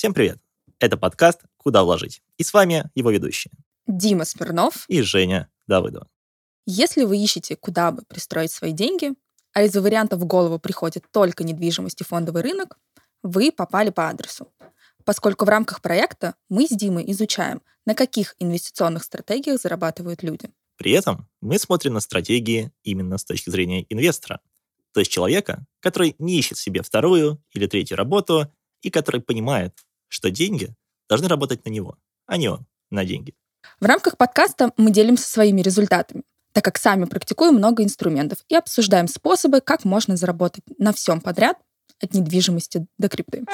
Всем привет! Это подкаст «Куда вложить?» И с вами его ведущие Дима Смирнов и Женя Давыдова. Если вы ищете, куда бы пристроить свои деньги, а из-за вариантов в голову приходит только недвижимость и фондовый рынок, вы попали по адресу. Поскольку в рамках проекта мы с Димой изучаем, на каких инвестиционных стратегиях зарабатывают люди. При этом мы смотрим на стратегии именно с точки зрения инвестора, то есть человека, который не ищет себе вторую или третью работу и который понимает, что деньги должны работать на него, а не он на деньги. В рамках подкаста мы делимся своими результатами, так как сами практикуем много инструментов и обсуждаем способы, как можно заработать на всем подряд, от недвижимости до крипты.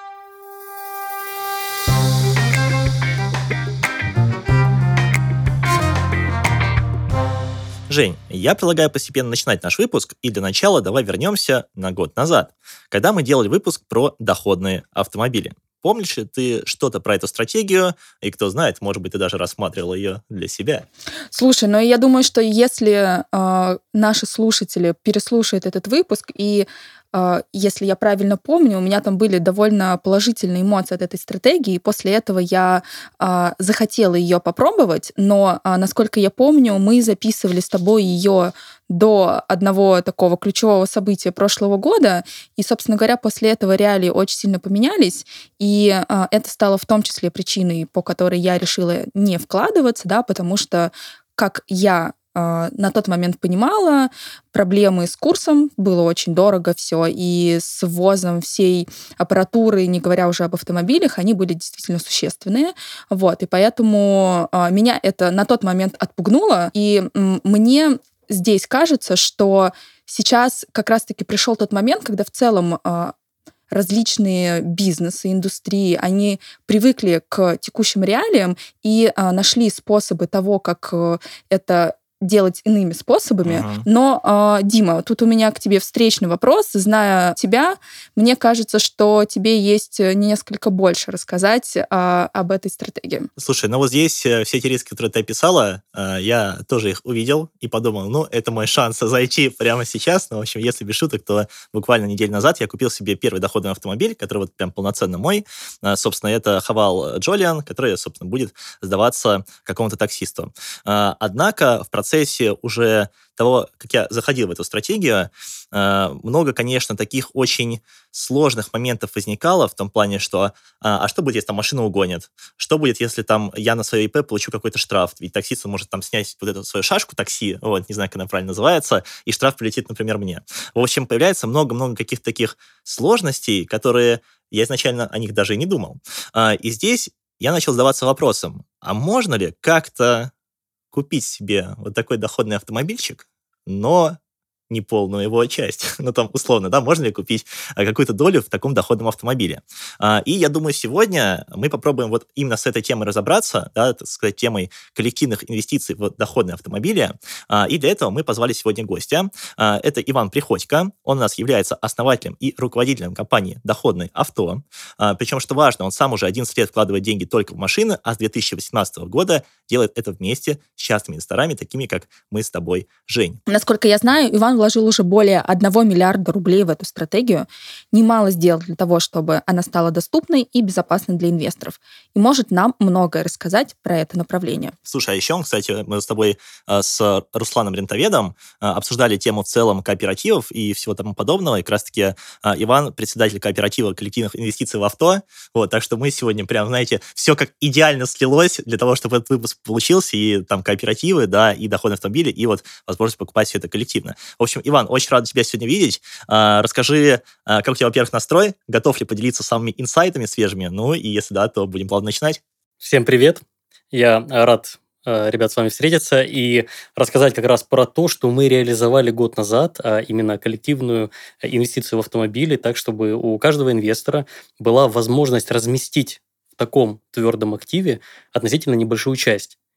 Жень, я предлагаю постепенно начинать наш выпуск, и для начала давай вернемся на год назад, когда мы делали выпуск про доходные автомобили. Помнишь ли ты что-то про эту стратегию? И кто знает, может быть, ты даже рассматривал ее для себя. Слушай, ну я думаю, что если наши слушатели переслушают этот выпуск, и если я правильно помню, у меня там были довольно положительные эмоции от этой стратегии, и после этого я захотела ее попробовать, но, насколько я помню, мы записывали с тобой ее до одного такого ключевого события прошлого года, и, собственно говоря, после этого реалии очень сильно поменялись, и это стало в том числе причиной, по которой я решила не вкладываться, да, потому что, как я на тот момент понимала, проблемы с курсом, было очень дорого все, и с ввозом всей аппаратуры, не говоря уже об автомобилях, они были действительно существенные. Вот, и поэтому меня это на тот момент отпугнуло, и мне здесь кажется, что сейчас как раз-таки пришел тот момент, когда в целом различные бизнесы, индустрии, они привыкли к текущим реалиям и нашли способы того, как это делать иными способами. Но, Дима, тут у меня к тебе встречный вопрос. Зная тебя, мне кажется, что тебе есть несколько больше рассказать об этой стратегии. Слушай, ну вот здесь все эти риски, которые ты описала, я тоже их увидел и подумал, ну, это мой шанс зайти прямо сейчас. Ну, в общем, если без шуток, то буквально неделю назад я купил себе первый доходный автомобиль, который вот прям полноценно мой. Собственно, это Haval Jolian, который, собственно, будет сдаваться какому-то таксисту. Однако в процессе уже того, как я заходил в эту стратегию, много, конечно, таких очень сложных моментов возникало в том плане, что а что будет, если там машину угонят? Что будет, если там я на свое ИП получу какой-то штраф? Ведь таксист может там снять вот эту свою шашку такси, вот, не знаю, как она правильно называется, и штраф прилетит, например, мне. В общем, появляется много-много каких-то таких сложностей, которые я изначально о них даже и не думал. И здесь я начал задаваться вопросом, а можно ли как-то купить себе вот такой доходный автомобильчик, но не полную его часть. Ну, там, условно, да, можно ли купить какую-то долю в таком доходном автомобиле. И я думаю, сегодня мы попробуем вот именно с этой темой разобраться, да, так сказать, темой коллективных инвестиций в доходные автомобили. И для этого мы позвали сегодня гостя. Это Иван Приходько. Он у нас является основателем и руководителем компании «Доходное авто». Причем, что важно, он сам уже 11 лет вкладывает деньги только в машины, а с 2018 года делает это вместе с частными инвесторами, такими как мы с тобой, Жень. Насколько я знаю, Иван вложил уже более 1 миллиарда рублей в эту стратегию. Немало сделал для того, чтобы она стала доступной и безопасной для инвесторов. И может нам многое рассказать про это направление. Слушай, а еще, кстати, мы с тобой с Русланом Рентоведом обсуждали тему в целом кооперативов и всего тому подобного. И как раз-таки Иван председатель кооператива коллективных инвестиций в авто. Вот, так что мы сегодня прям, знаете, все как идеально слилось для того, чтобы этот выпуск получился. И там кооперативы, да, и доходные автомобили, и вот возможность покупать все это коллективно. В общем, Иван, очень рад тебя сегодня видеть. Расскажи, как у тебя, во-первых, настрой, готов ли поделиться самыми инсайтами свежими? Ну, и если да, то будем плавно начинать. Всем привет. Я рад, ребят, с вами встретиться и рассказать как раз про то, что мы реализовали год назад, а именно коллективную инвестицию в автомобили, так, чтобы у каждого инвестора была возможность разместить в таком твердом активе относительно небольшую часть.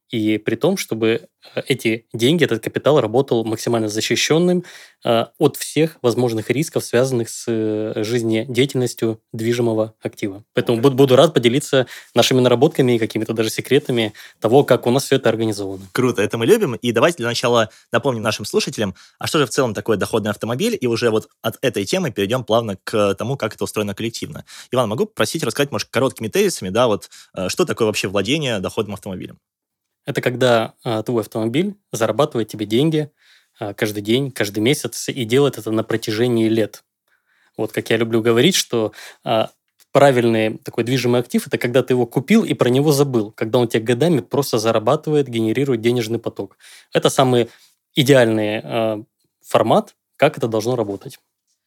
и при том, чтобы эти деньги, этот капитал работал максимально защищенным от всех возможных рисков, связанных с жизнедеятельностью движимого актива. Поэтому буду рад поделиться нашими наработками и какими-то даже секретами того, как у нас все это организовано. Круто, это мы любим. И давайте для начала напомним нашим слушателям, а что же в целом такое доходный автомобиль, и уже вот от этой темы перейдем плавно к тому, как это устроено коллективно. Иван, могу просить рассказать, может, короткими тезисами, да, вот что такое вообще владение доходным автомобилем? Это когда твой автомобиль зарабатывает тебе деньги каждый день, каждый месяц и делает это на протяжении лет. Вот как я люблю говорить, что правильный такой движимый актив – это когда ты его купил и про него забыл, когда он тебе годами просто зарабатывает, генерирует денежный поток. Это самый идеальный формат, как это должно работать.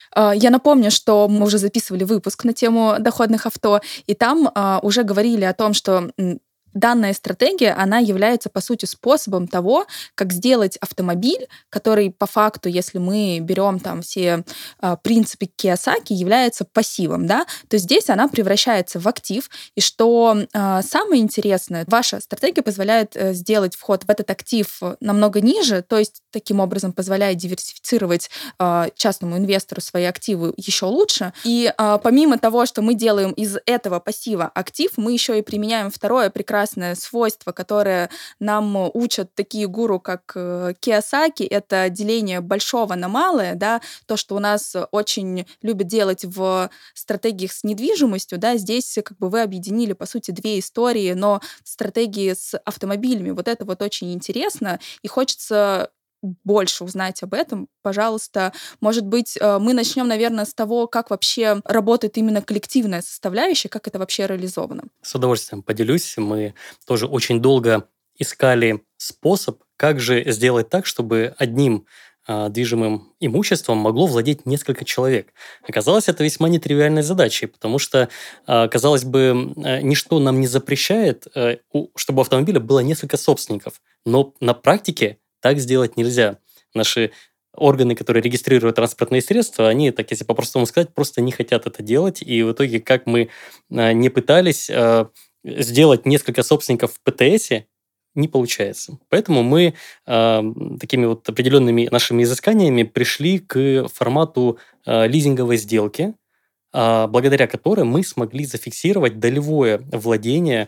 Я напомню, что мы уже записывали выпуск на тему доходных авто, и там уже говорили о том, что данная стратегия, она является, по сути, способом того, как сделать автомобиль, который по факту, если мы берем там все принципы Кийосаки, является пассивом, да, то здесь она превращается в актив. И что самое интересное, ваша стратегия позволяет сделать вход в этот актив намного ниже, то есть таким образом позволяет диверсифицировать частному инвестору свои активы еще лучше. И помимо того, что мы делаем из этого пассива актив, мы еще и применяем второе прекрасное свойство, которое нам учат такие гуру, как Кийосаки, это деление большого на малое, да, то, что у нас очень любят делать в стратегиях с недвижимостью, да, здесь как бы вы объединили, по сути, две истории, но стратегии с автомобилями. Вот это вот очень интересно, и хочется больше узнать об этом, пожалуйста. Может быть, мы начнем, наверное, с того, как вообще работает именно коллективная составляющая, как это вообще реализовано. С удовольствием поделюсь. Мы тоже очень долго искали способ, как же сделать так, чтобы одним движимым имуществом могло владеть несколько человек. Оказалось, это весьма нетривиальной задачей, потому что, казалось бы, ничто нам не запрещает, чтобы у автомобиля было несколько собственников. Но на практике так сделать нельзя. Наши органы, которые регистрируют транспортные средства, они, так если по-простому сказать, просто не хотят это делать. И в итоге, как мы не пытались сделать несколько собственников в ПТСе, не получается. Поэтому мы такими вот определенными нашими изысканиями пришли к формату лизинговой сделки, благодаря которой мы смогли зафиксировать долевое владение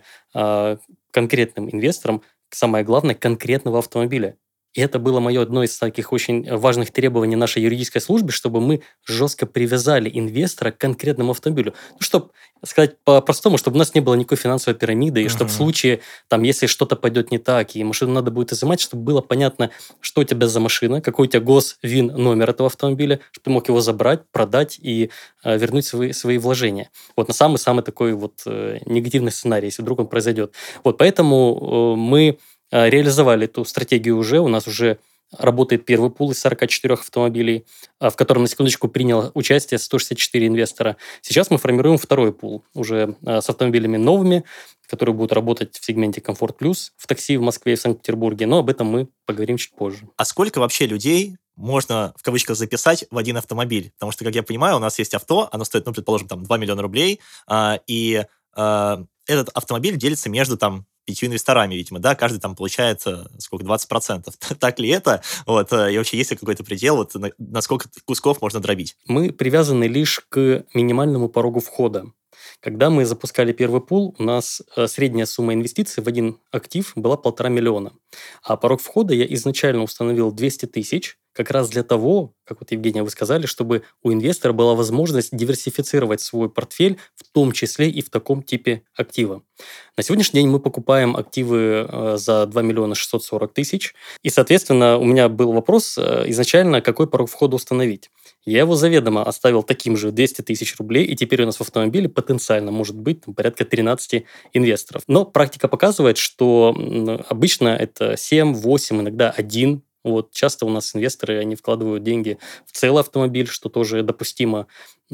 конкретным инвестором, самое главное, конкретного автомобиля. И это было одно из таких очень важных требований нашей юридической службы, чтобы мы жестко привязали инвестора к конкретному автомобилю. Ну, чтобы сказать по-простому, чтобы у нас не было никакой финансовой пирамиды, и чтобы в случае, там, если что-то пойдет не так, и машину надо будет изымать, чтобы было понятно, что у тебя за машина, какой у тебя ВИН номер этого автомобиля, чтобы ты мог его забрать, продать и вернуть свои вложения. Вот на самый-самый такой вот негативный сценарий, если вдруг он произойдет. Вот поэтому мы реализовали эту стратегию уже. У нас уже работает первый пул из 44 автомобилей, в котором, на секундочку, приняло участие 164 инвестора. Сейчас мы формируем второй пул уже с автомобилями новыми, которые будут работать в сегменте «Комфорт Плюс» в такси в Москве и в Санкт-Петербурге. Но об этом мы поговорим чуть позже. А сколько вообще людей можно, в кавычках, записать в один автомобиль? Потому что, как я понимаю, у нас есть авто, оно стоит, ну, предположим, там, 2 миллиона рублей, и этот автомобиль делится между, там, 5 инвесторами, видимо, да, каждый там получает, сколько, 20%. Так ли это? Вот, и вообще есть ли какой-то предел, вот, на сколько кусков можно дробить? Мы привязаны лишь к минимальному порогу входа. Когда мы запускали первый пул, у нас средняя сумма инвестиций в один актив была 1,5 миллиона. А порог входа я изначально установил 200 тысяч, как раз для того, как вот, Евгения, вы сказали, чтобы у инвестора была возможность диверсифицировать свой портфель, в том числе и в таком типе актива. На сегодняшний день мы покупаем активы за 2 миллиона 640 тысяч. И, соответственно, у меня был вопрос изначально, какой порог входа установить. Я его заведомо оставил таким же 200 тысяч рублей, и теперь у нас в автомобиле потенциально может быть порядка 13 инвесторов. Но практика показывает, что обычно это 7, 8, иногда 1. Вот, часто у нас инвесторы, они вкладывают деньги в целый автомобиль, что тоже допустимо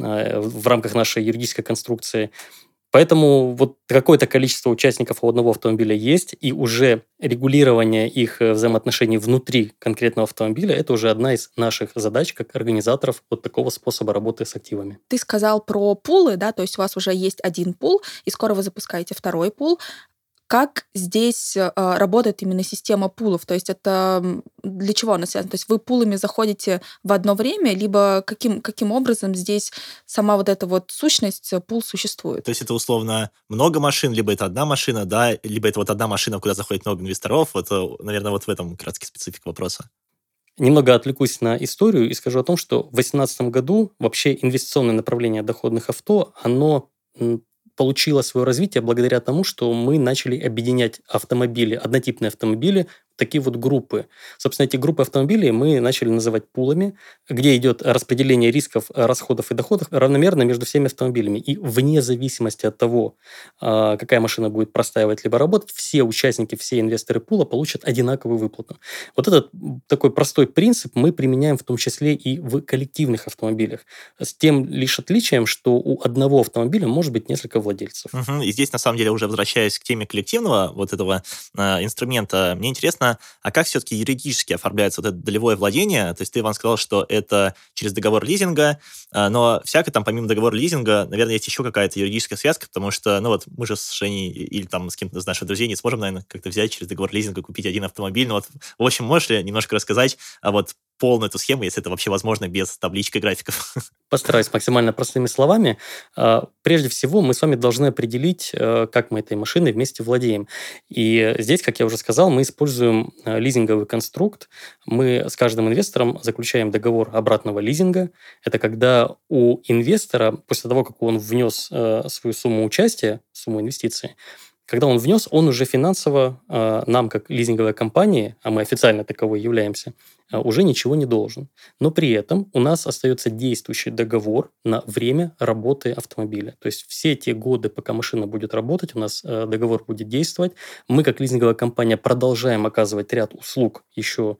в рамках нашей юридической конструкции. Поэтому вот какое-то количество участников у одного автомобиля есть, и уже регулирование их взаимоотношений внутри конкретного автомобиля – это уже одна из наших задач как организаторов вот такого способа работы с активами. Ты сказал про пулы, да, то есть у вас уже есть один пул, и скоро вы запускаете второй пул. как здесь работает именно система пулов? То есть это для чего она связана? То есть вы пулами заходите в одно время, либо каким образом здесь сама вот эта вот сущность пул существует? То есть это условно много машин, либо это одна машина, да, либо это вот одна машина, куда заходит много инвесторов. Вот, наверное, вот в этом как раз специфика вопроса. Немного отвлекусь на историю и скажу о том, что в 2018 году вообще инвестиционное направление доходных авто, оно получило свое развитие благодаря тому, что мы начали объединять автомобили, однотипные автомобили, в такие вот группы. Собственно, эти группы автомобилей мы начали называть пулами, где идет распределение рисков, расходов и доходов равномерно между всеми автомобилями. И вне зависимости от того, какая машина будет простаивать либо работать, все участники, все инвесторы пула получат одинаковую выплату. Вот этот такой простой принцип мы применяем в том числе и в коллективных автомобилях. С тем лишь отличием, что у одного автомобиля может быть несколько владельцев. И здесь, на самом деле, уже возвращаясь к теме коллективного вот этого инструмента, мне интересно, а как все-таки юридически оформляется вот это долевое владение? То есть ты, Иван, сказал, что это через договор лизинга, но всякое там, помимо договора лизинга, наверное, есть еще какая-то юридическая связка, потому что, ну вот, мы же с Женей или там с кем-то из наших друзей не сможем, наверное, как-то взять через договор лизинга, купить один автомобиль. Ну вот, в общем, можешь ли немножко рассказать вот полную эту схему, если это вообще возможно, без табличек и графиков? Постараюсь максимально простыми словами. Прежде всего, мы с вами должны определить, как мы этой машиной вместе владеем. И здесь, как я уже сказал, мы используем лизинговый конструкт. Мы с каждым инвестором заключаем договор обратного лизинга. Это когда у инвестора, после того, как он внес свою сумму участия, сумму инвестиций, когда он внес, он уже финансово нам, как лизинговой компании, а мы официально таковой являемся, уже ничего не должен. Но при этом у нас остается действующий договор на время работы автомобиля. То есть все те годы, пока машина будет работать, у нас договор будет действовать. Мы, как лизинговая компания, продолжаем оказывать ряд услуг еще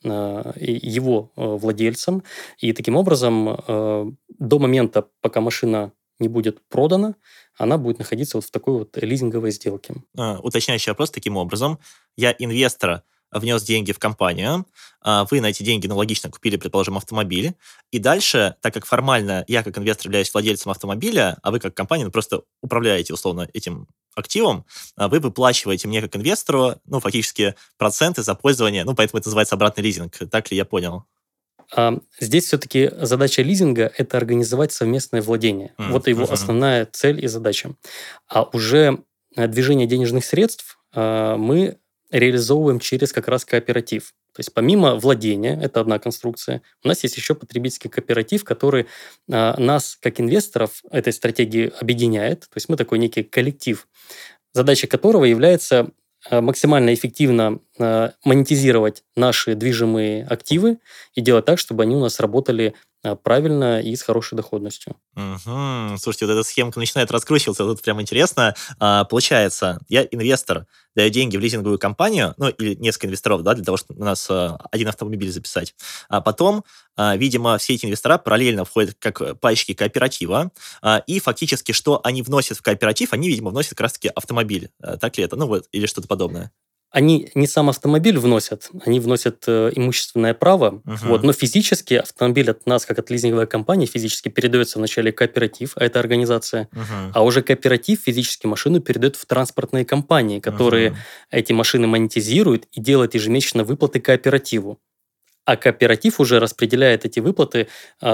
его владельцам. И таким образом, до момента, пока машина не будет продана, она будет находиться вот в такой вот лизинговой сделке. Уточняющий вопрос таким образом. Я инвестора внес деньги в компанию, вы на эти деньги аналогично купили, предположим, автомобиль, и дальше, так как формально я как инвестор являюсь владельцем автомобиля, а вы как компания просто управляете условно этим активом, вы выплачиваете мне как инвестору, ну, фактически проценты за пользование, ну, поэтому это называется обратный лизинг. Так ли я понял? Здесь все-таки задача лизинга – это организовать совместное владение. Вот его основная цель и задача. А уже движение денежных средств мы реализовываем через как раз кооператив. То есть помимо владения, это одна конструкция, у нас есть еще потребительский кооператив, который нас, как инвесторов, этой стратегии объединяет. То есть мы такой некий коллектив, задача которого является максимально эффективно монетизировать наши движимые активы и делать так, чтобы они у нас работали правильно и с хорошей доходностью. Слушайте, вот эта схемка начинает раскручиваться, тут прям интересно. Получается, я инвестор, даю деньги в лизинговую компанию, ну, или несколько инвесторов, да, для того, чтобы у нас один автомобиль записать. А потом, видимо, все эти инвестора параллельно входят как пальчики кооператива, и фактически, что они вносят в кооператив, они, видимо, вносят как раз-таки автомобиль. Так ли это? Ну, вот, или что-то подобное. Они не сам автомобиль вносят, они вносят имущественное право, вот, но физически автомобиль от нас, как от лизинговой компании, физически передается вначале кооператив, а это организация, а уже кооператив физически машину передает в транспортные компании, которые эти машины монетизируют и делают ежемесячно выплаты кооперативу. А кооператив уже распределяет эти выплаты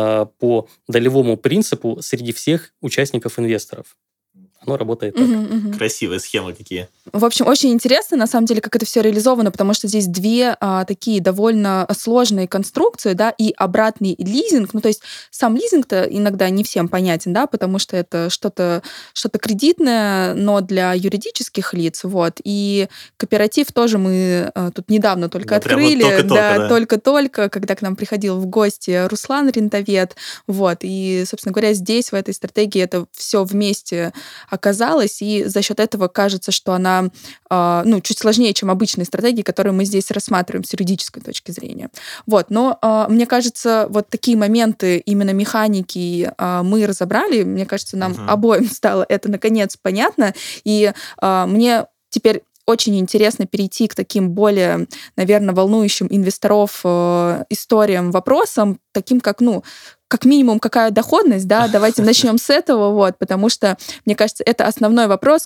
по долевому принципу среди всех участников-инвесторов. Оно работает так. Красивые схемы какие. В общем, очень интересно, на самом деле, как это все реализовано, потому что здесь две такие довольно сложные конструкции, да, и обратный лизинг. Ну, то есть сам лизинг-то иногда не всем понятен, да, потому что это что-то кредитное, но для юридических лиц, вот. И кооператив тоже мы тут недавно только открыли. Только-только, только-только, когда к нам приходил в гости Руслан, рентовед, вот. И, собственно говоря, здесь, в этой стратегии, это все вместе оказалось, и за счет этого кажется, что она чуть сложнее, чем обычные стратегии, которые мы здесь рассматриваем с юридической точки зрения. Вот. Но мне кажется, вот такие моменты именно механики мы разобрали. Мне кажется, нам обоим стало это наконец понятно. И мне теперь очень интересно перейти к таким более, наверное, волнующим инвесторов историям, вопросам, таким как, как минимум, какая доходность, да, давайте начнем с этого, вот, потому что, мне кажется, это основной вопрос,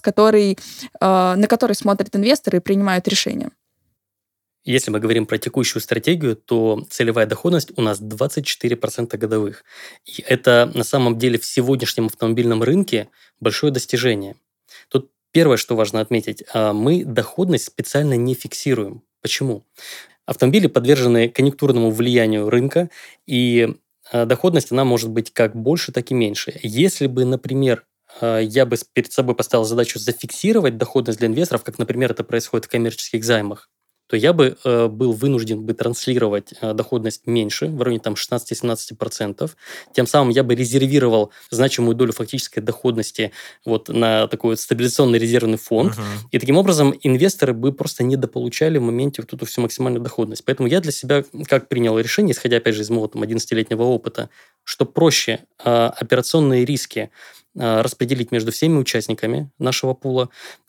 на который смотрят инвесторы и принимают решения. Если мы говорим про текущую стратегию, то целевая доходность у нас 24% годовых. И это на самом деле в сегодняшнем автомобильном рынке большое достижение. Тут первое, что важно отметить, мы доходность специально не фиксируем. Почему? Автомобили подвержены конъюнктурному влиянию рынка, и доходность, она может быть как больше, так и меньше. Если бы, например, я бы перед собой поставил задачу зафиксировать доходность для инвесторов, как, например, это происходит в коммерческих займах, то я бы был вынужден бы транслировать доходность меньше, в районе там 16-17%. Тем самым я бы резервировал значимую долю фактической доходности вот на такой вот стабилизационный резервный фонд. И таким образом инвесторы бы просто недополучали в моменте вот эту всю максимальную доходность. Поэтому я для себя как принял решение, исходя опять же из моего там 11-летнего опыта, что проще операционные риски распределить между всеми участниками нашего пула,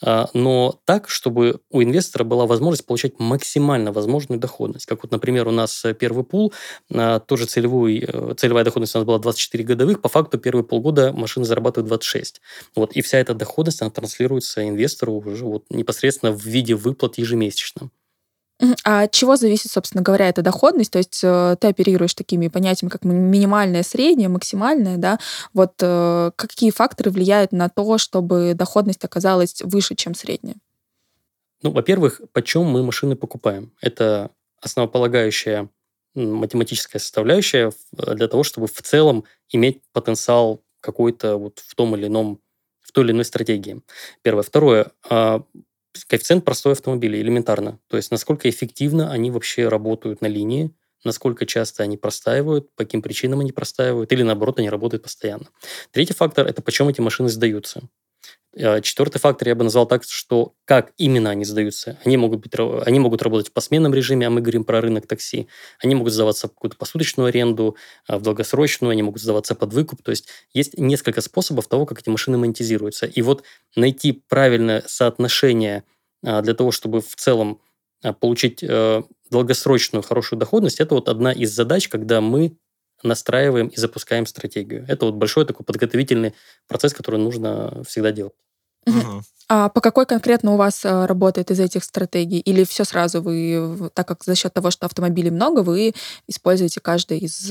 но так, чтобы у инвестора была возможность получать максимально возможную доходность. Как вот, например, у нас первый пул, тоже целевая доходность у нас была 24 годовых, по факту первые полгода машины зарабатывают 26. Вот, и вся эта доходность, она транслируется инвестору уже вот непосредственно в виде выплат ежемесячно. А от чего зависит, собственно говоря, эта доходность? То есть ты оперируешь такими понятиями, как минимальное, среднее, максимальное, да? Вот какие факторы влияют на то, чтобы доходность оказалась выше, чем средняя? Ну, во-первых, почем мы машины покупаем? Это основополагающая математическая составляющая для того, чтобы в целом иметь потенциал какой-то вот в той или иной стратегии. Первое. Второе. Коэффициент простой автомобиля, элементарно. То есть, насколько эффективно они вообще работают на линии, насколько часто они простаивают, по каким причинам они простаивают, или наоборот, они работают постоянно. Третий фактор – это почем эти машины сдаются. Четвертый фактор я бы назвал так, что как именно они сдаются. Они могут работать в посменном режиме, а мы говорим про рынок такси. Они могут сдаваться в какую-то посуточную аренду, в долгосрочную, они могут сдаваться под выкуп. То есть есть несколько способов того, как эти машины монетизируются. И вот найти правильное соотношение для того, чтобы в целом получить долгосрочную хорошую доходность, это вот одна из задач, когда мы настраиваем и запускаем стратегию. Это вот большой такой подготовительный процесс, который нужно всегда делать. А по какой конкретно у вас работает из этих стратегий? Или все сразу вы, так как за счет того, что автомобилей много, вы используете каждый из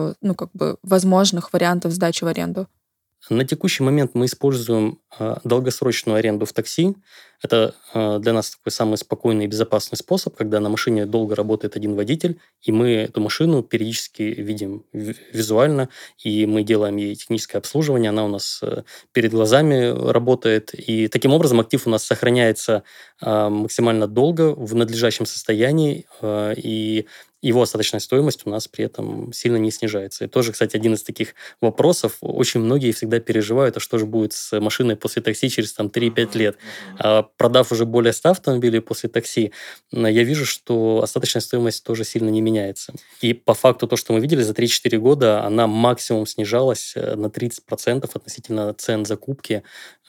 возможных вариантов сдачи в аренду? На текущий момент мы используем долгосрочную аренду в такси. Это для нас такой самый спокойный и безопасный способ, когда на машине долго работает один водитель, и мы эту машину периодически видим визуально, и мы делаем ей техническое обслуживание, она у нас перед глазами работает, и таким образом актив у нас сохраняется максимально долго в надлежащем состоянии, и его остаточная стоимость у нас при этом сильно не снижается. И тоже, кстати, один из таких вопросов. Очень многие всегда переживают, а что же будет с машиной после такси через 3-5 лет. Продав уже более 100 автомобилей после такси, я вижу, что остаточная стоимость тоже сильно не меняется. И по факту то, что мы видели за 3-4 года, она максимум снижалась на 30% относительно цен закупки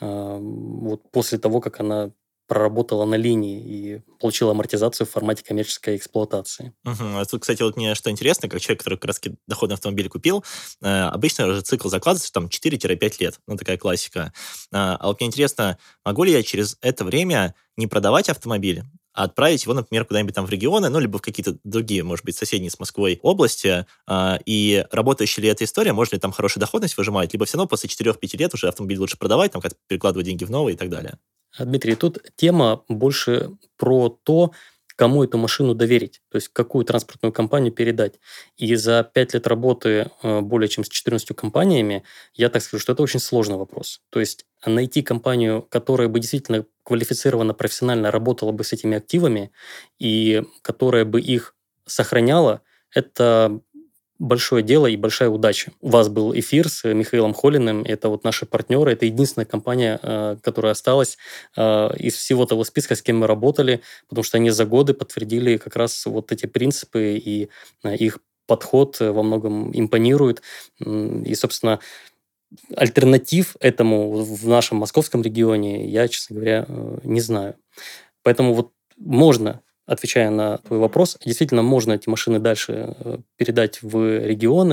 вот после того, как она проработала на линии и получила амортизацию в формате коммерческой эксплуатации. А тут, кстати, вот мне что интересно, как человек, который как раз доходный автомобиль купил, обычно же цикл закладывается там 4-5 лет, ну, такая классика. А вот мне интересно, могу ли я через это время не продавать автомобиль, а отправить его, например, куда-нибудь там в регионы, ну, либо в какие-то другие, может быть, соседние с Москвой области, и работающая ли эта история, может ли там хорошую доходность выжимать, либо все равно после 4-5 лет уже автомобиль лучше продавать, там как-то перекладывать деньги в новый и так далее. Дмитрий, тут тема больше про то, кому эту машину доверить, то есть какую транспортную компанию передать. И за 5 лет работы более чем с 14 компаниями, я так скажу, что это очень сложный вопрос. То есть найти компанию, которая бы действительно квалифицированно, профессионально работала бы с этими активами и которая бы их сохраняла, это большое дело и большая удача. У вас был эфир с Михаилом Холиным, это вот наши партнеры, это единственная компания, которая осталась из всего того списка, с кем мы работали, потому что они за годы подтвердили как раз вот эти принципы, и их подход во многом импонирует. И, собственно, альтернатив этому в нашем московском регионе я, честно говоря, не знаю. Поэтому вот можно, отвечая на твой вопрос, действительно можно эти машины дальше передать в регионы,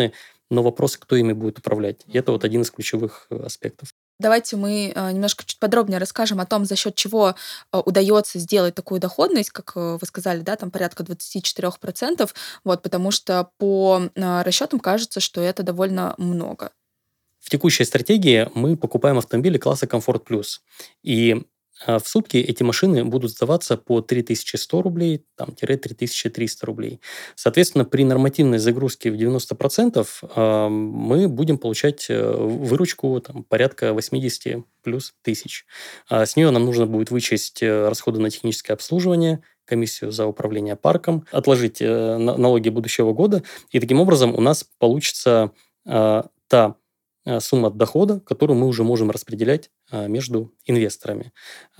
но вопрос, кто ими будет управлять. И это вот один из ключевых аспектов. Давайте мы немножко чуть подробнее расскажем о том, за счет чего удается сделать такую доходность, как вы сказали, да, там порядка 24%, вот, потому что по расчетам кажется, что это довольно много. В текущей стратегии мы покупаем автомобили класса Комфорт Плюс. И в сутки эти машины будут сдаваться по 3100 рублей, там, 3300 рублей. Соответственно, при нормативной загрузке в 90% мы будем получать выручку там, порядка 80 плюс тысяч. С нее нам нужно будет вычесть расходы на техническое обслуживание, комиссию за управление парком, отложить налоги будущего года. И таким образом у нас получится та сумма дохода, которую мы уже можем распределять между инвесторами.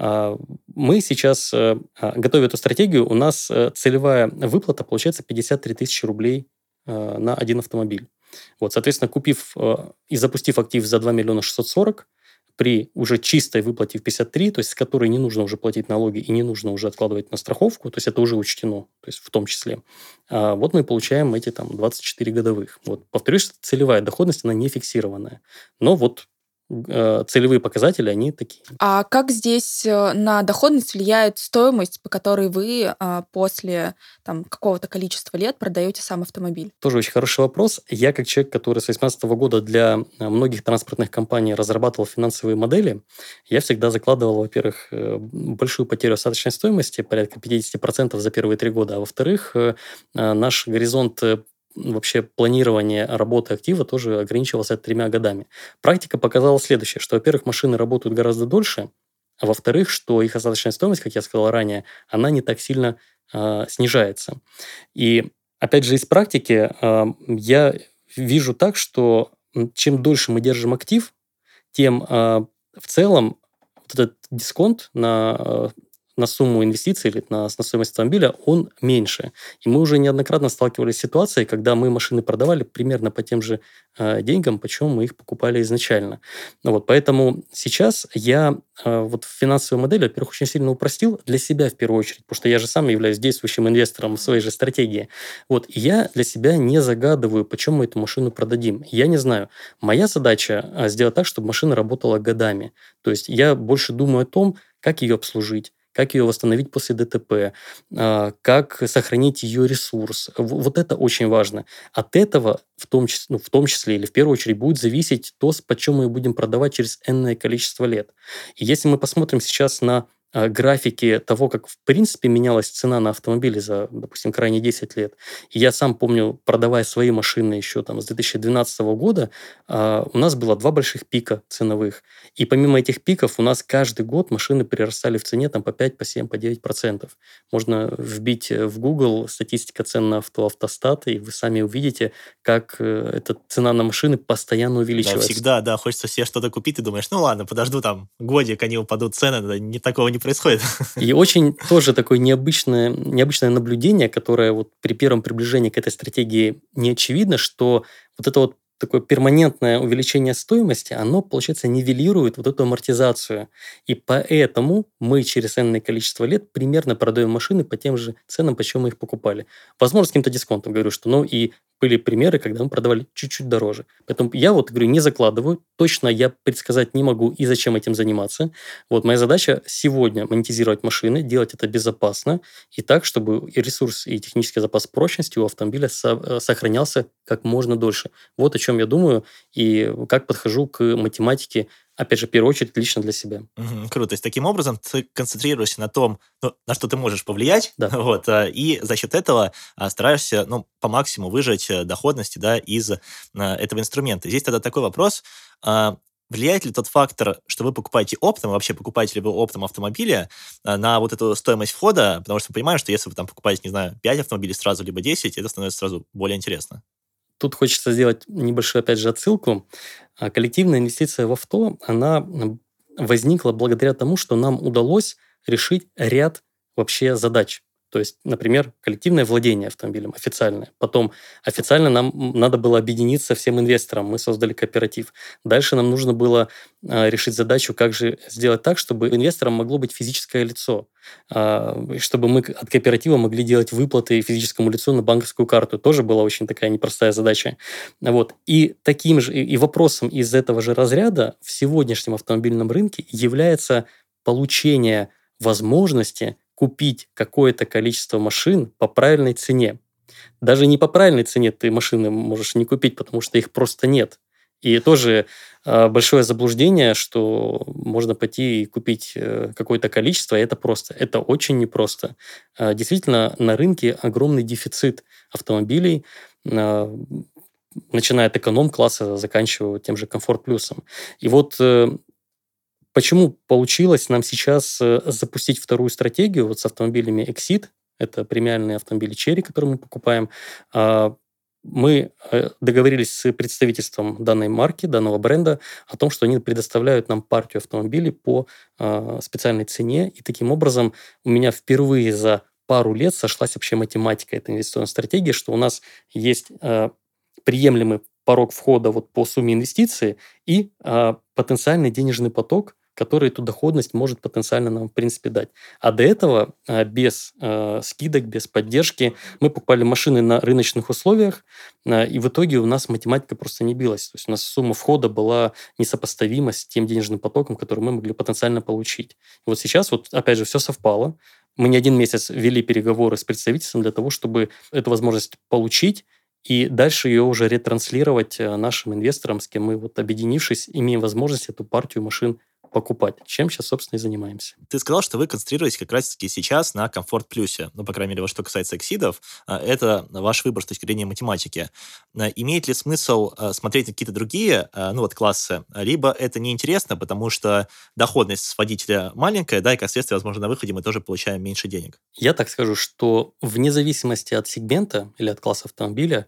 Мы сейчас, готовя эту стратегию, у нас целевая выплата получается 53 тысячи рублей на один автомобиль. Вот, соответственно, купив и запустив актив за 2 миллиона 640, при уже чистой выплате в 53, то есть с которой не нужно уже платить налоги и не нужно уже откладывать на страховку, то есть это уже учтено, то есть в том числе. Вот мы получаем эти там 24 годовых. Вот, повторюсь, целевая доходность, она не фиксированная. Но вот целевые показатели, они такие. А как здесь на доходность влияет стоимость, по которой вы после там, какого-то количества лет продаете сам автомобиль? Тоже очень хороший вопрос. Я, как человек, который с 2018 года для многих транспортных компаний разрабатывал финансовые модели, я всегда закладывал, во-первых, большую потерю остаточной стоимости, порядка 50% за первые 3 года, а во-вторых, наш горизонт вообще планирование работы актива тоже ограничивался 3 годами. Практика показала следующее, что, во-первых, машины работают гораздо дольше, а во-вторых, что их остаточная стоимость, как я сказал ранее, она не так сильно снижается. И, опять же, из практики я вижу так, что чем дольше мы держим актив, тем в целом вот этот дисконт на сумму инвестиций или на стоимость автомобиля, он меньше. И мы уже неоднократно сталкивались с ситуацией, когда мы машины продавали примерно по тем же деньгам, почем мы их покупали изначально. Вот, поэтому сейчас я вот в финансовой модели, во-первых, очень сильно упростил для себя в первую очередь, потому что я же сам являюсь действующим инвестором в своей же стратегии. Вот, и я для себя не загадываю, почем мы эту машину продадим. Я не знаю. Моя задача сделать так, чтобы машина работала годами. То есть я больше думаю о том, как ее обслужить, как ее восстановить после ДТП, как сохранить ее ресурс. Вот это очень важно. От этого в том числе или в первую очередь будет зависеть то, почем мы ее будем продавать через энное количество лет. И если мы посмотрим сейчас на графики того, как в принципе менялась цена на автомобили за, допустим, крайние 10 лет. И я сам помню, продавая свои машины еще там с 2012 года, у нас было 2 больших пика ценовых. И помимо этих пиков у нас каждый год машины прирастали в цене там по 5, по 7, по 9%. Можно вбить в Google статистика цен на автостат, и вы сами увидите, как эта цена на машины постоянно увеличивается. Да, всегда, да, хочется себе что-то купить, и думаешь, ну ладно, подожду там годик, они упадут цены, да, такого не происходит. И очень тоже такое необычное наблюдение, которое вот при первом приближении к этой стратегии не очевидно, что вот это вот такое перманентное увеличение стоимости, оно, получается, нивелирует вот эту амортизацию. И поэтому мы через энное количество лет примерно продаем машины по тем же ценам, по чем мы их покупали. Возможно, с каким-то дисконтом, говорю, что, ну, и были примеры, когда мы продавали чуть-чуть дороже. Поэтому я вот, говорю, не закладываю. Точно я предсказать не могу и зачем этим заниматься. Вот моя задача сегодня монетизировать машины, делать это безопасно и так, чтобы и ресурс, и технический запас прочности у автомобиля сохранялся как можно дольше. Вот о чем я думаю и как подхожу к математике, опять же, в первую очередь, лично для себя. Круто. То есть, таким образом, ты концентрируешься на том, на что ты можешь повлиять, Да. Вот, и за счет этого стараешься, по максимуму выжать доходности, да, из этого инструмента. Здесь тогда такой вопрос. Влияет ли тот фактор, что вы покупаете оптом, вообще покупаете ли вы оптом автомобиля, на вот эту стоимость входа? Потому что мы понимаем, что если вы там покупаете, не знаю, 5 автомобилей сразу, либо 10, это становится сразу более интересно. Тут хочется сделать небольшую, опять же, отсылку. Коллективная инвестиция в авто, она возникла благодаря тому, что нам удалось решить ряд вообще задач. То есть, например, коллективное владение автомобилем официальное. Потом официально нам надо было объединиться всем инвесторам. Мы создали кооператив. Дальше нам нужно было решить задачу, как же сделать так, чтобы инвестором могло быть физическое лицо. Чтобы мы от кооператива могли делать выплаты физическому лицу на банковскую карту. Тоже была очень такая непростая задача. Вот. И таким же, и вопросом из этого же разряда в сегодняшнем автомобильном рынке является получение возможности купить какое-то количество машин по правильной цене. Даже не по правильной цене ты машины можешь не купить, потому что их просто нет. И тоже большое заблуждение, что можно пойти и купить какое-то количество, и это просто. Это очень непросто. Действительно, на рынке огромный дефицит автомобилей, начиная от эконом-класса, заканчивая тем же комфорт-плюсом. И вот почему получилось нам сейчас запустить вторую стратегию вот с автомобилями Exit, это премиальные автомобили Cherry, которые мы покупаем. Мы договорились с представительством данной марки, данного бренда о том, что они предоставляют нам партию автомобилей по специальной цене. И таким образом у меня впервые за пару лет сошлась вообще математика этой инвестиционной стратегии, что у нас есть приемлемый порог входа вот по сумме инвестиций и потенциальный денежный поток, который эту доходность может потенциально нам, в принципе, дать. А до этого без скидок, без поддержки мы покупали машины на рыночных условиях, и в итоге у нас математика просто не билась. То есть у нас сумма входа была несопоставима с тем денежным потоком, который мы могли потенциально получить. И вот сейчас, вот опять же, все совпало. Мы не один месяц вели переговоры с представительством для того, чтобы эту возможность получить, и дальше ее уже ретранслировать нашим инвесторам, с кем мы, вот объединившись, имеем возможность эту партию машин покупать, чем сейчас, собственно, и занимаемся. Ты сказал, что вы концентрируетесь как раз-таки сейчас на комфорт плюсе. Ну, по крайней мере, вот что касается эксидов, это ваш выбор с точки зрения математики. Имеет ли смысл смотреть на какие-то другие, ну, вот классы, либо это неинтересно, потому что доходность с водителя маленькая, да, и, как следствие, возможно, на выходе мы тоже получаем меньше денег? Я так скажу, что вне зависимости от сегмента или от класса автомобиля,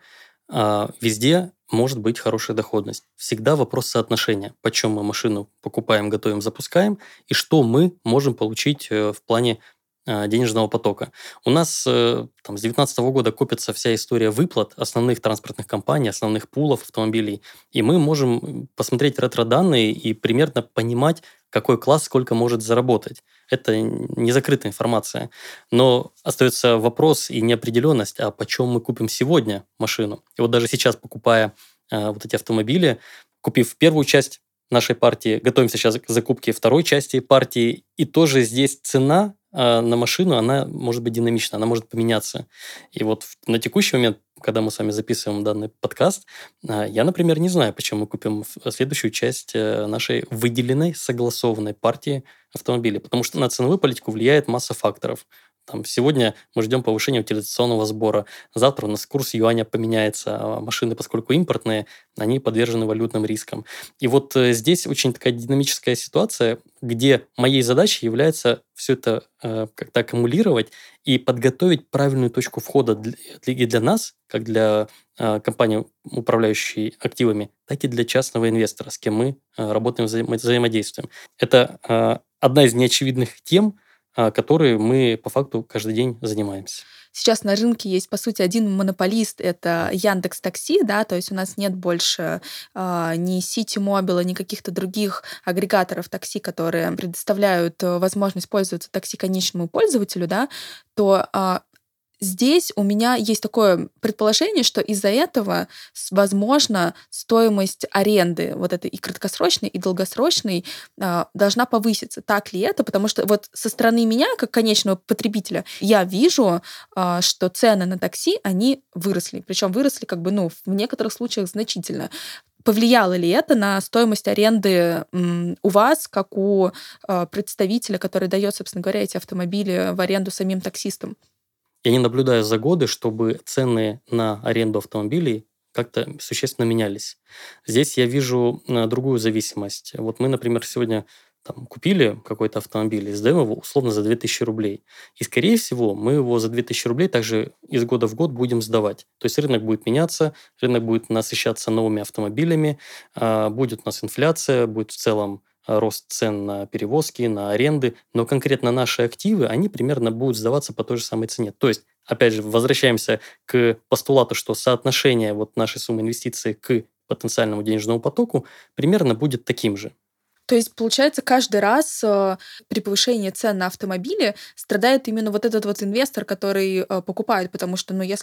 везде может быть хорошая доходность. Всегда вопрос соотношения. Почем мы машину покупаем, готовим, запускаем, и что мы можем получить в плане денежного потока. У нас там, с 2019 года копится вся история выплат основных транспортных компаний, основных пулов автомобилей, и мы можем посмотреть ретро-данные и примерно понимать, какой класс сколько может заработать. Это не закрытая информация. Но остается вопрос и неопределенность, а почем мы купим сегодня машину. И вот даже сейчас, покупая вот эти автомобили, купив первую часть нашей партии, готовимся сейчас к закупке второй части партии, и тоже здесь цена на машину, она может быть динамична, она может поменяться. И вот на текущий момент, когда мы с вами записываем данный подкаст, я, например, не знаю, почему мы купим следующую часть нашей выделенной, согласованной партии автомобилей, потому что на ценовую политику влияет масса факторов. Там, сегодня мы ждем повышения утилизационного сбора. Завтра у нас курс юаня поменяется. А машины, поскольку импортные, они подвержены валютным рискам. И вот здесь очень такая динамическая ситуация, где моей задачей является все это как-то аккумулировать и подготовить правильную точку входа и для нас, как для компании, управляющей активами, так и для частного инвестора, с кем мы работаем, взаимодействуем. Это одна из неочевидных тем, которые мы по факту каждый день занимаемся. Сейчас на рынке есть, по сути, один монополист, это Яндекс.Такси, да, то есть у нас нет больше ни Ситимобила, ни каких-то других агрегаторов такси, которые предоставляют возможность пользоваться такси конечному пользователю, да, то здесь у меня есть такое предположение, что из-за этого, возможно, стоимость аренды вот этой и краткосрочной, и долгосрочной должна повыситься. Так ли это? Потому что вот со стороны меня, как конечного потребителя, я вижу, что цены на такси, они выросли. Причем выросли как бы, ну, в некоторых случаях значительно. Повлияло ли это на стоимость аренды у вас, как у представителя, который дает, собственно говоря, эти автомобили в аренду самим таксистам? Я не наблюдаю за годы, чтобы цены на аренду автомобилей как-то существенно менялись. Здесь я вижу другую зависимость. Вот мы, например, сегодня там, купили какой-то автомобиль и сдаем его условно за 2000 рублей. И, скорее всего, мы его за 2000 рублей также из года в год будем сдавать. То есть рынок будет меняться, рынок будет насыщаться новыми автомобилями, будет у нас инфляция, будет в целом рост цен на перевозки, на аренды, но конкретно наши активы, они примерно будут сдаваться по той же самой цене. То есть, опять же, возвращаемся к постулату, что соотношение вот нашей суммы инвестиций к потенциальному денежному потоку примерно будет таким же. То есть, получается, каждый раз при повышении цен на автомобили страдает именно вот этот вот инвестор, который покупает, потому что, ну,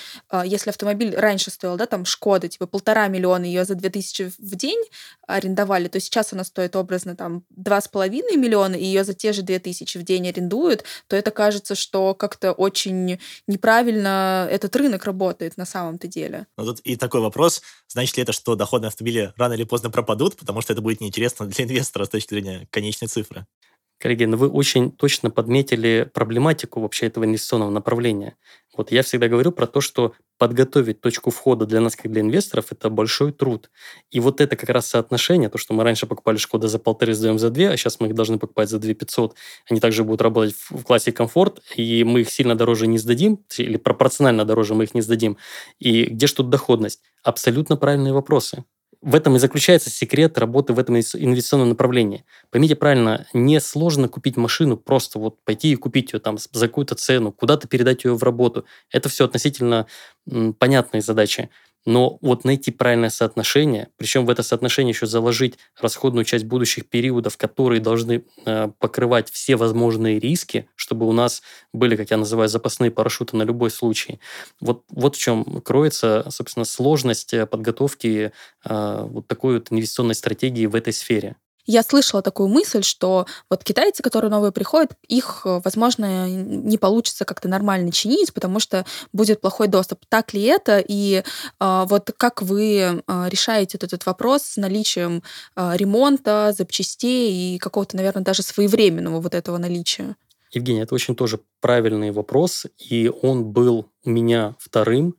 если автомобиль раньше стоил, да, там, Шкода, типа 1,5 миллиона, ее за 2000 в день арендовали, то сейчас она стоит образно там 2,5 миллиона, и ее за те же 2000 в день арендуют, то это кажется, что как-то очень неправильно этот рынок работает на самом-то деле. Но тут и такой вопрос, значит ли это, что доходы на автомобили рано или поздно пропадут, потому что это будет неинтересно для инвестора с точки зрения конечной цифры? Коллеги, ну вы очень точно подметили проблематику вообще этого инвестиционного направления. Вот я всегда говорю про то, что подготовить точку входа для нас, как для инвесторов, это большой труд. И вот это как раз соотношение, то, что мы раньше покупали Шкода за 1,5, сдаем за 2, а сейчас мы их должны покупать за 2 500, они также будут работать в классе комфорт, и мы их сильно дороже не сдадим, или пропорционально дороже мы их не сдадим. И где же тут доходность? Абсолютно правильные вопросы. В этом и заключается секрет работы в этом инвестиционном направлении. Поймите правильно, несложно купить машину, просто вот пойти и купить ее там за какую-то цену, куда-то передать ее в работу. Это все относительно понятные задачи. Но вот найти правильное соотношение, причем в это соотношение еще заложить расходную часть будущих периодов, которые должны покрывать все возможные риски, чтобы у нас были, как я называю, запасные парашюты на любой случай. Вот в чем кроется, собственно, сложность подготовки вот такой вот инвестиционной стратегии в этой сфере. Я слышала такую мысль, что вот китайцы, которые новые приходят, их, возможно, не получится как-то нормально чинить, потому что будет плохой доступ. Так ли это? И вот как вы решаете этот вопрос с наличием ремонта, запчастей и какого-то, наверное, даже своевременного вот этого наличия? Евгений, это очень тоже правильный вопрос, и он был у меня вторым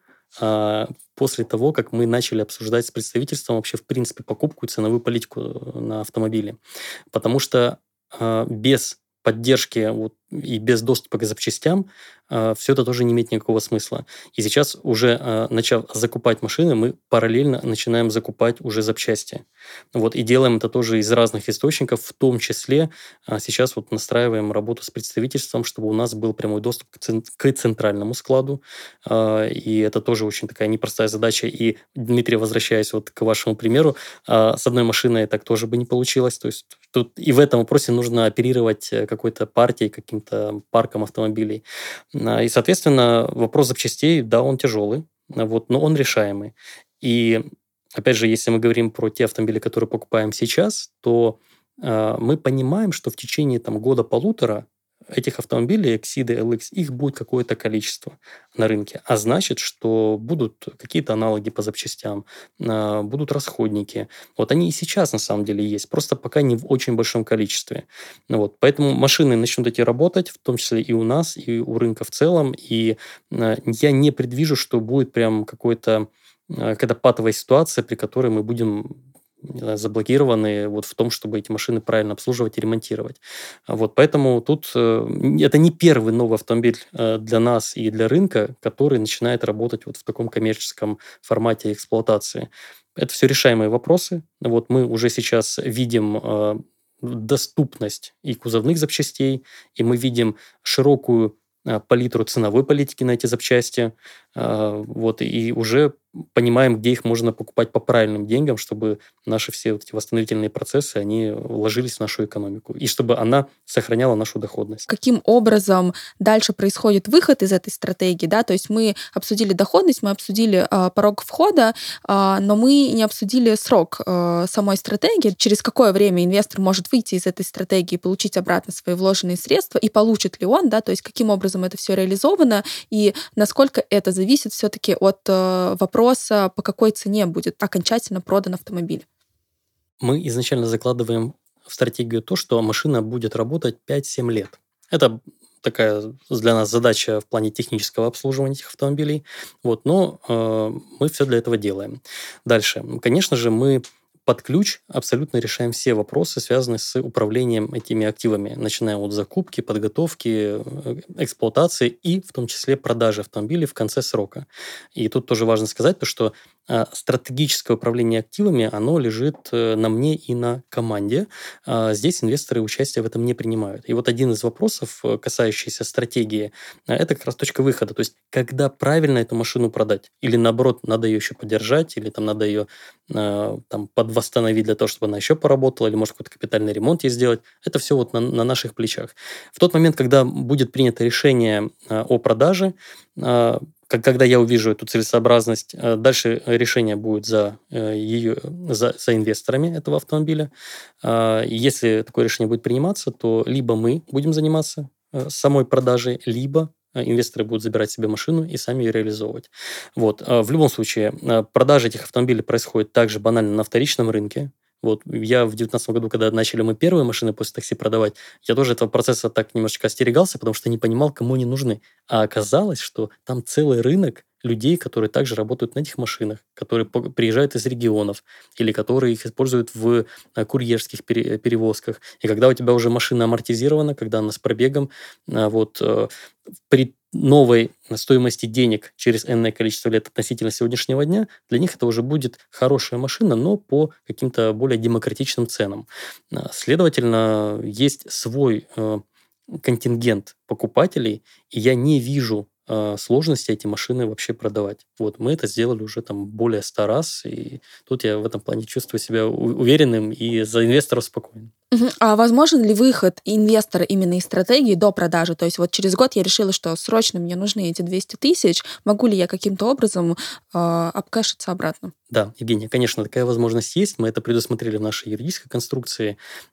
после того, как мы начали обсуждать с представительством вообще, в принципе, покупку и ценовую политику на автомобили. Потому что без поддержки и без доступа к запчастям все это тоже не имеет никакого смысла. И сейчас уже начав закупать машины, мы параллельно начинаем закупать уже запчасти. Вот, и делаем это тоже из разных источников, в том числе сейчас вот настраиваем работу с представительством, чтобы у нас был прямой доступ к центральному складу. И это тоже очень такая непростая задача. И, Дмитрий, возвращаясь вот к вашему примеру, с одной машиной так тоже бы не получилось. То есть тут и в этом вопросе нужно оперировать какой-то партией, каким-то парком автомобилей. И, соответственно, вопрос запчастей, да, он тяжелый, вот, но он решаемый. И, опять же, если мы говорим про те автомобили, которые покупаем сейчас, то мы понимаем, что в течение там, года-полутора этих автомобилей, Exida, LX, их будет какое-то количество на рынке. А значит, что будут какие-то аналоги по запчастям, будут расходники. Вот они и сейчас на самом деле есть, просто пока не в очень большом количестве. Вот. Поэтому машины начнут эти работать, в том числе и у нас, и у рынка в целом. И я не предвижу, что будет прям какая-то патовая ситуация, при которой мы будем заблокированы вот в том, чтобы эти машины правильно обслуживать и ремонтировать. Вот, поэтому тут это не первый новый автомобиль для нас и для рынка, который начинает работать вот в таком коммерческом формате эксплуатации. Это все решаемые вопросы. Вот мы уже сейчас видим доступность и кузовных запчастей, и мы видим широкую палитру ценовой политики на эти запчасти, вот, и уже понимаем, где их можно покупать по правильным деньгам, чтобы наши все вот эти восстановительные процессы, они ложились в нашу экономику, и чтобы она сохраняла нашу доходность. Каким образом дальше происходит выход из этой стратегии, да, то есть мы обсудили доходность, мы обсудили порог входа, но мы не обсудили срок самой стратегии, через какое время инвестор может выйти из этой стратегии, получить обратно свои вложенные средства, и получит ли он, да, то есть каким образом это все реализовано, и насколько это зависит все-таки от вопроса, по какой цене будет окончательно продан автомобиль. Мы изначально закладываем в стратегию то, что машина будет работать 5-7 лет. Это такая для нас задача в плане технического обслуживания этих автомобилей. Вот, но мы все для этого делаем. Дальше. Конечно же, мы под ключ абсолютно решаем все вопросы, связанные с управлением этими активами, начиная от закупки, подготовки, эксплуатации и в том числе продажи автомобилей в конце срока. И тут тоже важно сказать, то, что стратегическое управление активами, оно лежит на мне и на команде. Здесь инвесторы участие в этом не принимают. И вот один из вопросов, касающийся стратегии, это как раз точка выхода. То есть, когда правильно эту машину продать? Или наоборот, надо ее еще поддержать, или там надо ее там подвосстановить для того, чтобы она еще поработала, или может какой-то капитальный ремонт ей сделать. Это все вот на наших плечах. В тот момент, когда будет принято решение о продаже, когда я увижу эту целесообразность, дальше решение будет за инвесторами этого автомобиля. Если такое решение будет приниматься, то либо мы будем заниматься самой продажей, либо инвесторы будут забирать себе машину и сами ее реализовывать. Вот. В любом случае, продажа этих автомобилей происходит также банально на вторичном рынке. Вот я в 2019 году, когда начали мы первые машины после такси продавать, я тоже этого процесса так немножечко остерегался, потому что не понимал, кому они нужны. А оказалось, что там целый рынок людей, которые также работают на этих машинах, которые приезжают из регионов или которые их используют в курьерских перевозках. И когда у тебя уже машина амортизирована, когда она с пробегом, при новой стоимости денег через энное количество лет относительно сегодняшнего дня, для них это уже будет хорошая машина, но по каким-то более демократичным ценам. Следовательно, есть свой контингент покупателей, и я не вижу сложности эти машины вообще продавать. Вот мы это сделали уже там более 100 раз, и тут я в этом плане чувствую себя уверенным и за инвесторов спокойным. А возможен ли выход инвестора именно из стратегии до продажи? То есть вот через год я решила, что срочно мне нужны эти 200 тысяч. Могу ли я каким-то образом обкэшиться обратно? Да, Евгения, конечно, такая возможность есть. Мы это предусмотрели в нашей юридической конструкции.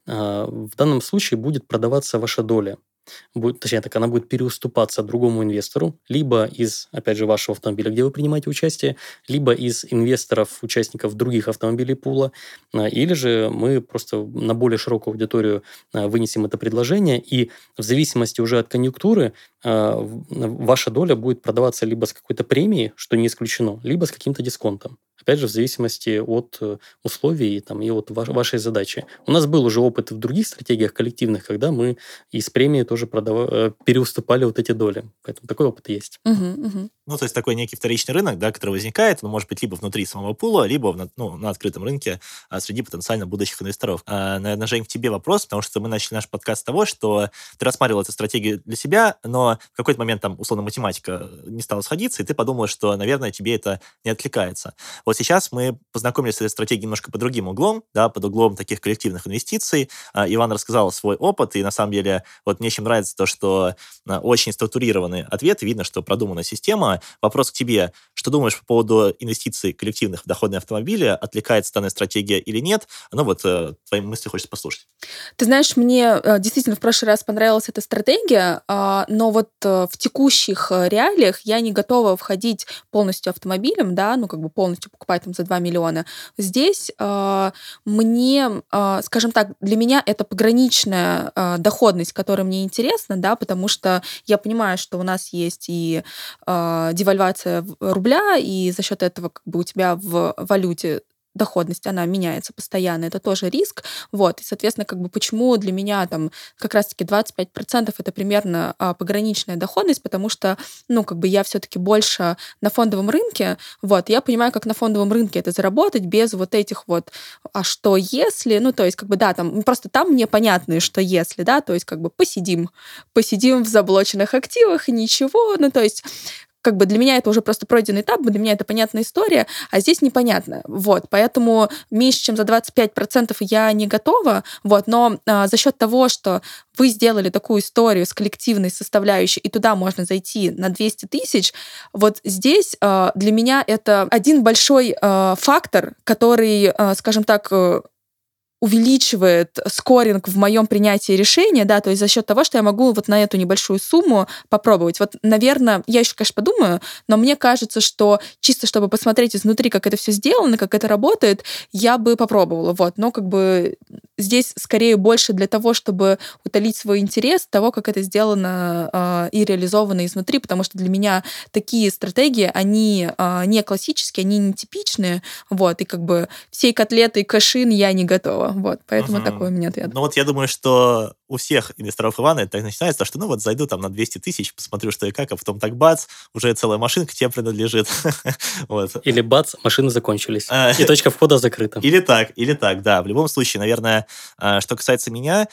В данном случае будет продаваться ваша доля. Точнее, так она будет переуступаться другому инвестору, либо из, опять же, вашего автомобиля, где вы принимаете участие, либо из инвесторов, участников других автомобилей пула, или же мы просто на более широкую аудиторию вынесем это предложение, и в зависимости уже от конъюнктуры ваша доля будет продаваться либо с какой-то премией, что не исключено, либо с каким-то дисконтом. Опять же, в зависимости от условий и от вашей задачи. У нас был уже опыт в других стратегиях коллективных, когда мы из премии тоже переуступали вот эти доли. Поэтому такой опыт есть. Ну, то есть такой некий вторичный рынок, да, который возникает, он может быть либо внутри самого пула, либо на открытом рынке среди потенциально будущих инвесторов. Наверное, Жень, к тебе вопрос, потому что мы начали наш подкаст с того, что ты рассматривал эту стратегию для себя, но в какой-то момент там, условно, математика не стала сходиться, и ты подумал, что, наверное, тебе это не откликается. Вот сейчас мы познакомились с этой стратегией немножко под другим углом, да, под углом таких коллективных инвестиций. Иван рассказал свой опыт, и на самом деле вот мне чем нравится то, что очень структурированные ответы, видно, что продумана система. Вопрос к тебе. Что думаешь по поводу инвестиций коллективных в доходные автомобили? Отвлекается данная стратегия или нет? Ну вот твои мысли хочется послушать. Ты знаешь, мне действительно в прошлый раз понравилась эта стратегия, но вот в текущих реалиях я не готова входить полностью автомобилем, да, ну как бы полностью покупать там за 2 миллиона. Здесь мне, скажем так, для меня это пограничная доходность, которая мне интересна, да, потому что я понимаю, что у нас есть и девальвация рубля, и за счет этого как бы у тебя в валюте доходность, она меняется постоянно, это тоже риск, вот, и, соответственно, как бы почему для меня там как раз-таки 25% это примерно пограничная доходность, потому что, ну, как бы я все-таки больше на фондовом рынке, вот, я понимаю, как на фондовом рынке это заработать без вот этих вот, а что если, ну, то есть, как бы, да, там, просто там мне понятно, что если, да, то есть, как бы посидим в заблоченных активах, и ничего, ну, то есть, как бы для меня это уже просто пройденный этап, для меня это понятная история, а здесь непонятно. Вот, поэтому меньше, чем за 25% я не готова, вот, но за счет того, что вы сделали такую историю с коллективной составляющей, и туда можно зайти на 200 тысяч, вот здесь для меня это один большой фактор, который, скажем так, увеличивает скоринг в моем принятии решения, да, то есть за счет того, что я могу вот на эту небольшую сумму попробовать. Вот, наверное, я еще, конечно, подумаю, но мне кажется, что чисто чтобы посмотреть изнутри, как это все сделано, как это работает, я бы попробовала. Вот. Но как бы здесь скорее больше для того, чтобы утолить свой интерес того, как это сделано и реализовано изнутри, потому что для меня такие стратегии, они не классические, они не типичные, вот, и как бы всей котлетой кашин я не готова. повезло. Вот, поэтому такой у меня ответ. Ну вот я думаю, что у всех инвесторов Ивана это так начинается, что ну вот зайду там на 200 тысяч, посмотрю, что и как, а потом так бац, уже целая машинка тебе принадлежит. Вот. Или бац, машины закончились. А, И точка входа закрыта. Или так, да. В любом случае, наверное, что касается меня,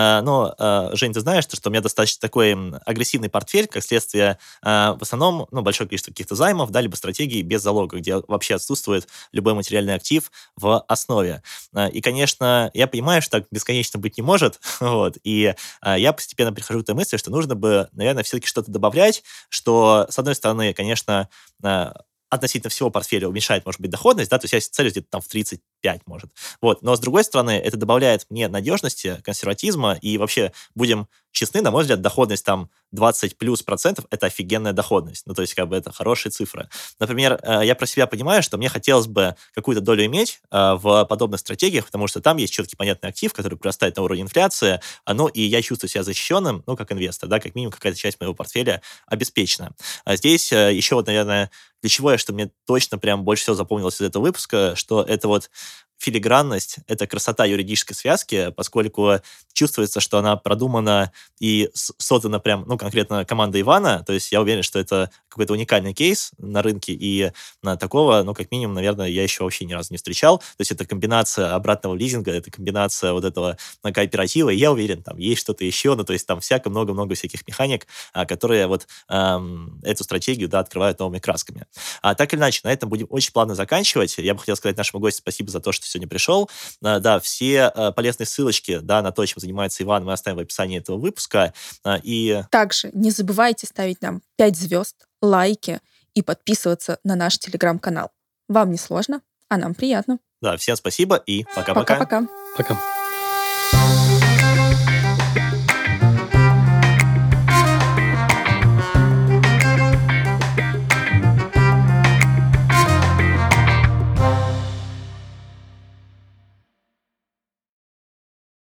Жень, ты знаешь, что у меня достаточно такой агрессивный портфель, как следствие, в основном, большое количество каких-то займов, да, либо стратегий без залога, где вообще отсутствует любой материальный актив в основе. И, конечно, я понимаю, что так бесконечно быть не может, вот, и я постепенно прихожу к той мысли, что нужно бы, наверное, все-таки что-то добавлять, что, с одной стороны, конечно, относительно всего портфеля уменьшает, может быть, доходность, да, то есть я целюсь где-то там в 35, может. Вот. Но, с другой стороны, это добавляет мне надежности, консерватизма, и вообще, будем честны, на мой взгляд, доходность там 20 плюс процентов– это офигенная доходность. Ну, то есть, как бы, это хорошие цифры. Например, я про себя понимаю, что мне хотелось бы какую-то долю иметь в подобных стратегиях, потому что там есть четкий, понятный актив, который прирастает на уровне инфляции, и я чувствую себя защищенным, как инвестор, да, как минимум какая-то часть моего портфеля обеспечена. А здесь еще вот, наверное, ключевое, что мне точно прям больше всего запомнилось из этого выпуска, что это вот филигранность, это красота юридической связки, поскольку чувствуется, что она продумана и создана прям, конкретно командой Ивана, то есть я уверен, что это какой-то уникальный кейс на рынке, и такого, как минимум, наверное, я еще вообще ни разу не встречал, то есть это комбинация обратного лизинга, это комбинация вот этого кооператива, и я уверен, там есть что-то еще, то есть там много-много всяких механик, которые вот эту стратегию, да, открывают новыми красками. Так или иначе, на этом будем очень плавно заканчивать. Я бы хотел сказать нашему гостю спасибо за то, что сегодня пришел. Да, все полезные ссылочки, да, на то, чем занимается Иван, мы оставим в описании этого выпуска. И Также не забывайте ставить нам 5 звезд, лайки и подписываться на наш телеграм-канал. Вам не сложно, а нам приятно. да, всем спасибо и пока-пока. Пока-пока. Пока.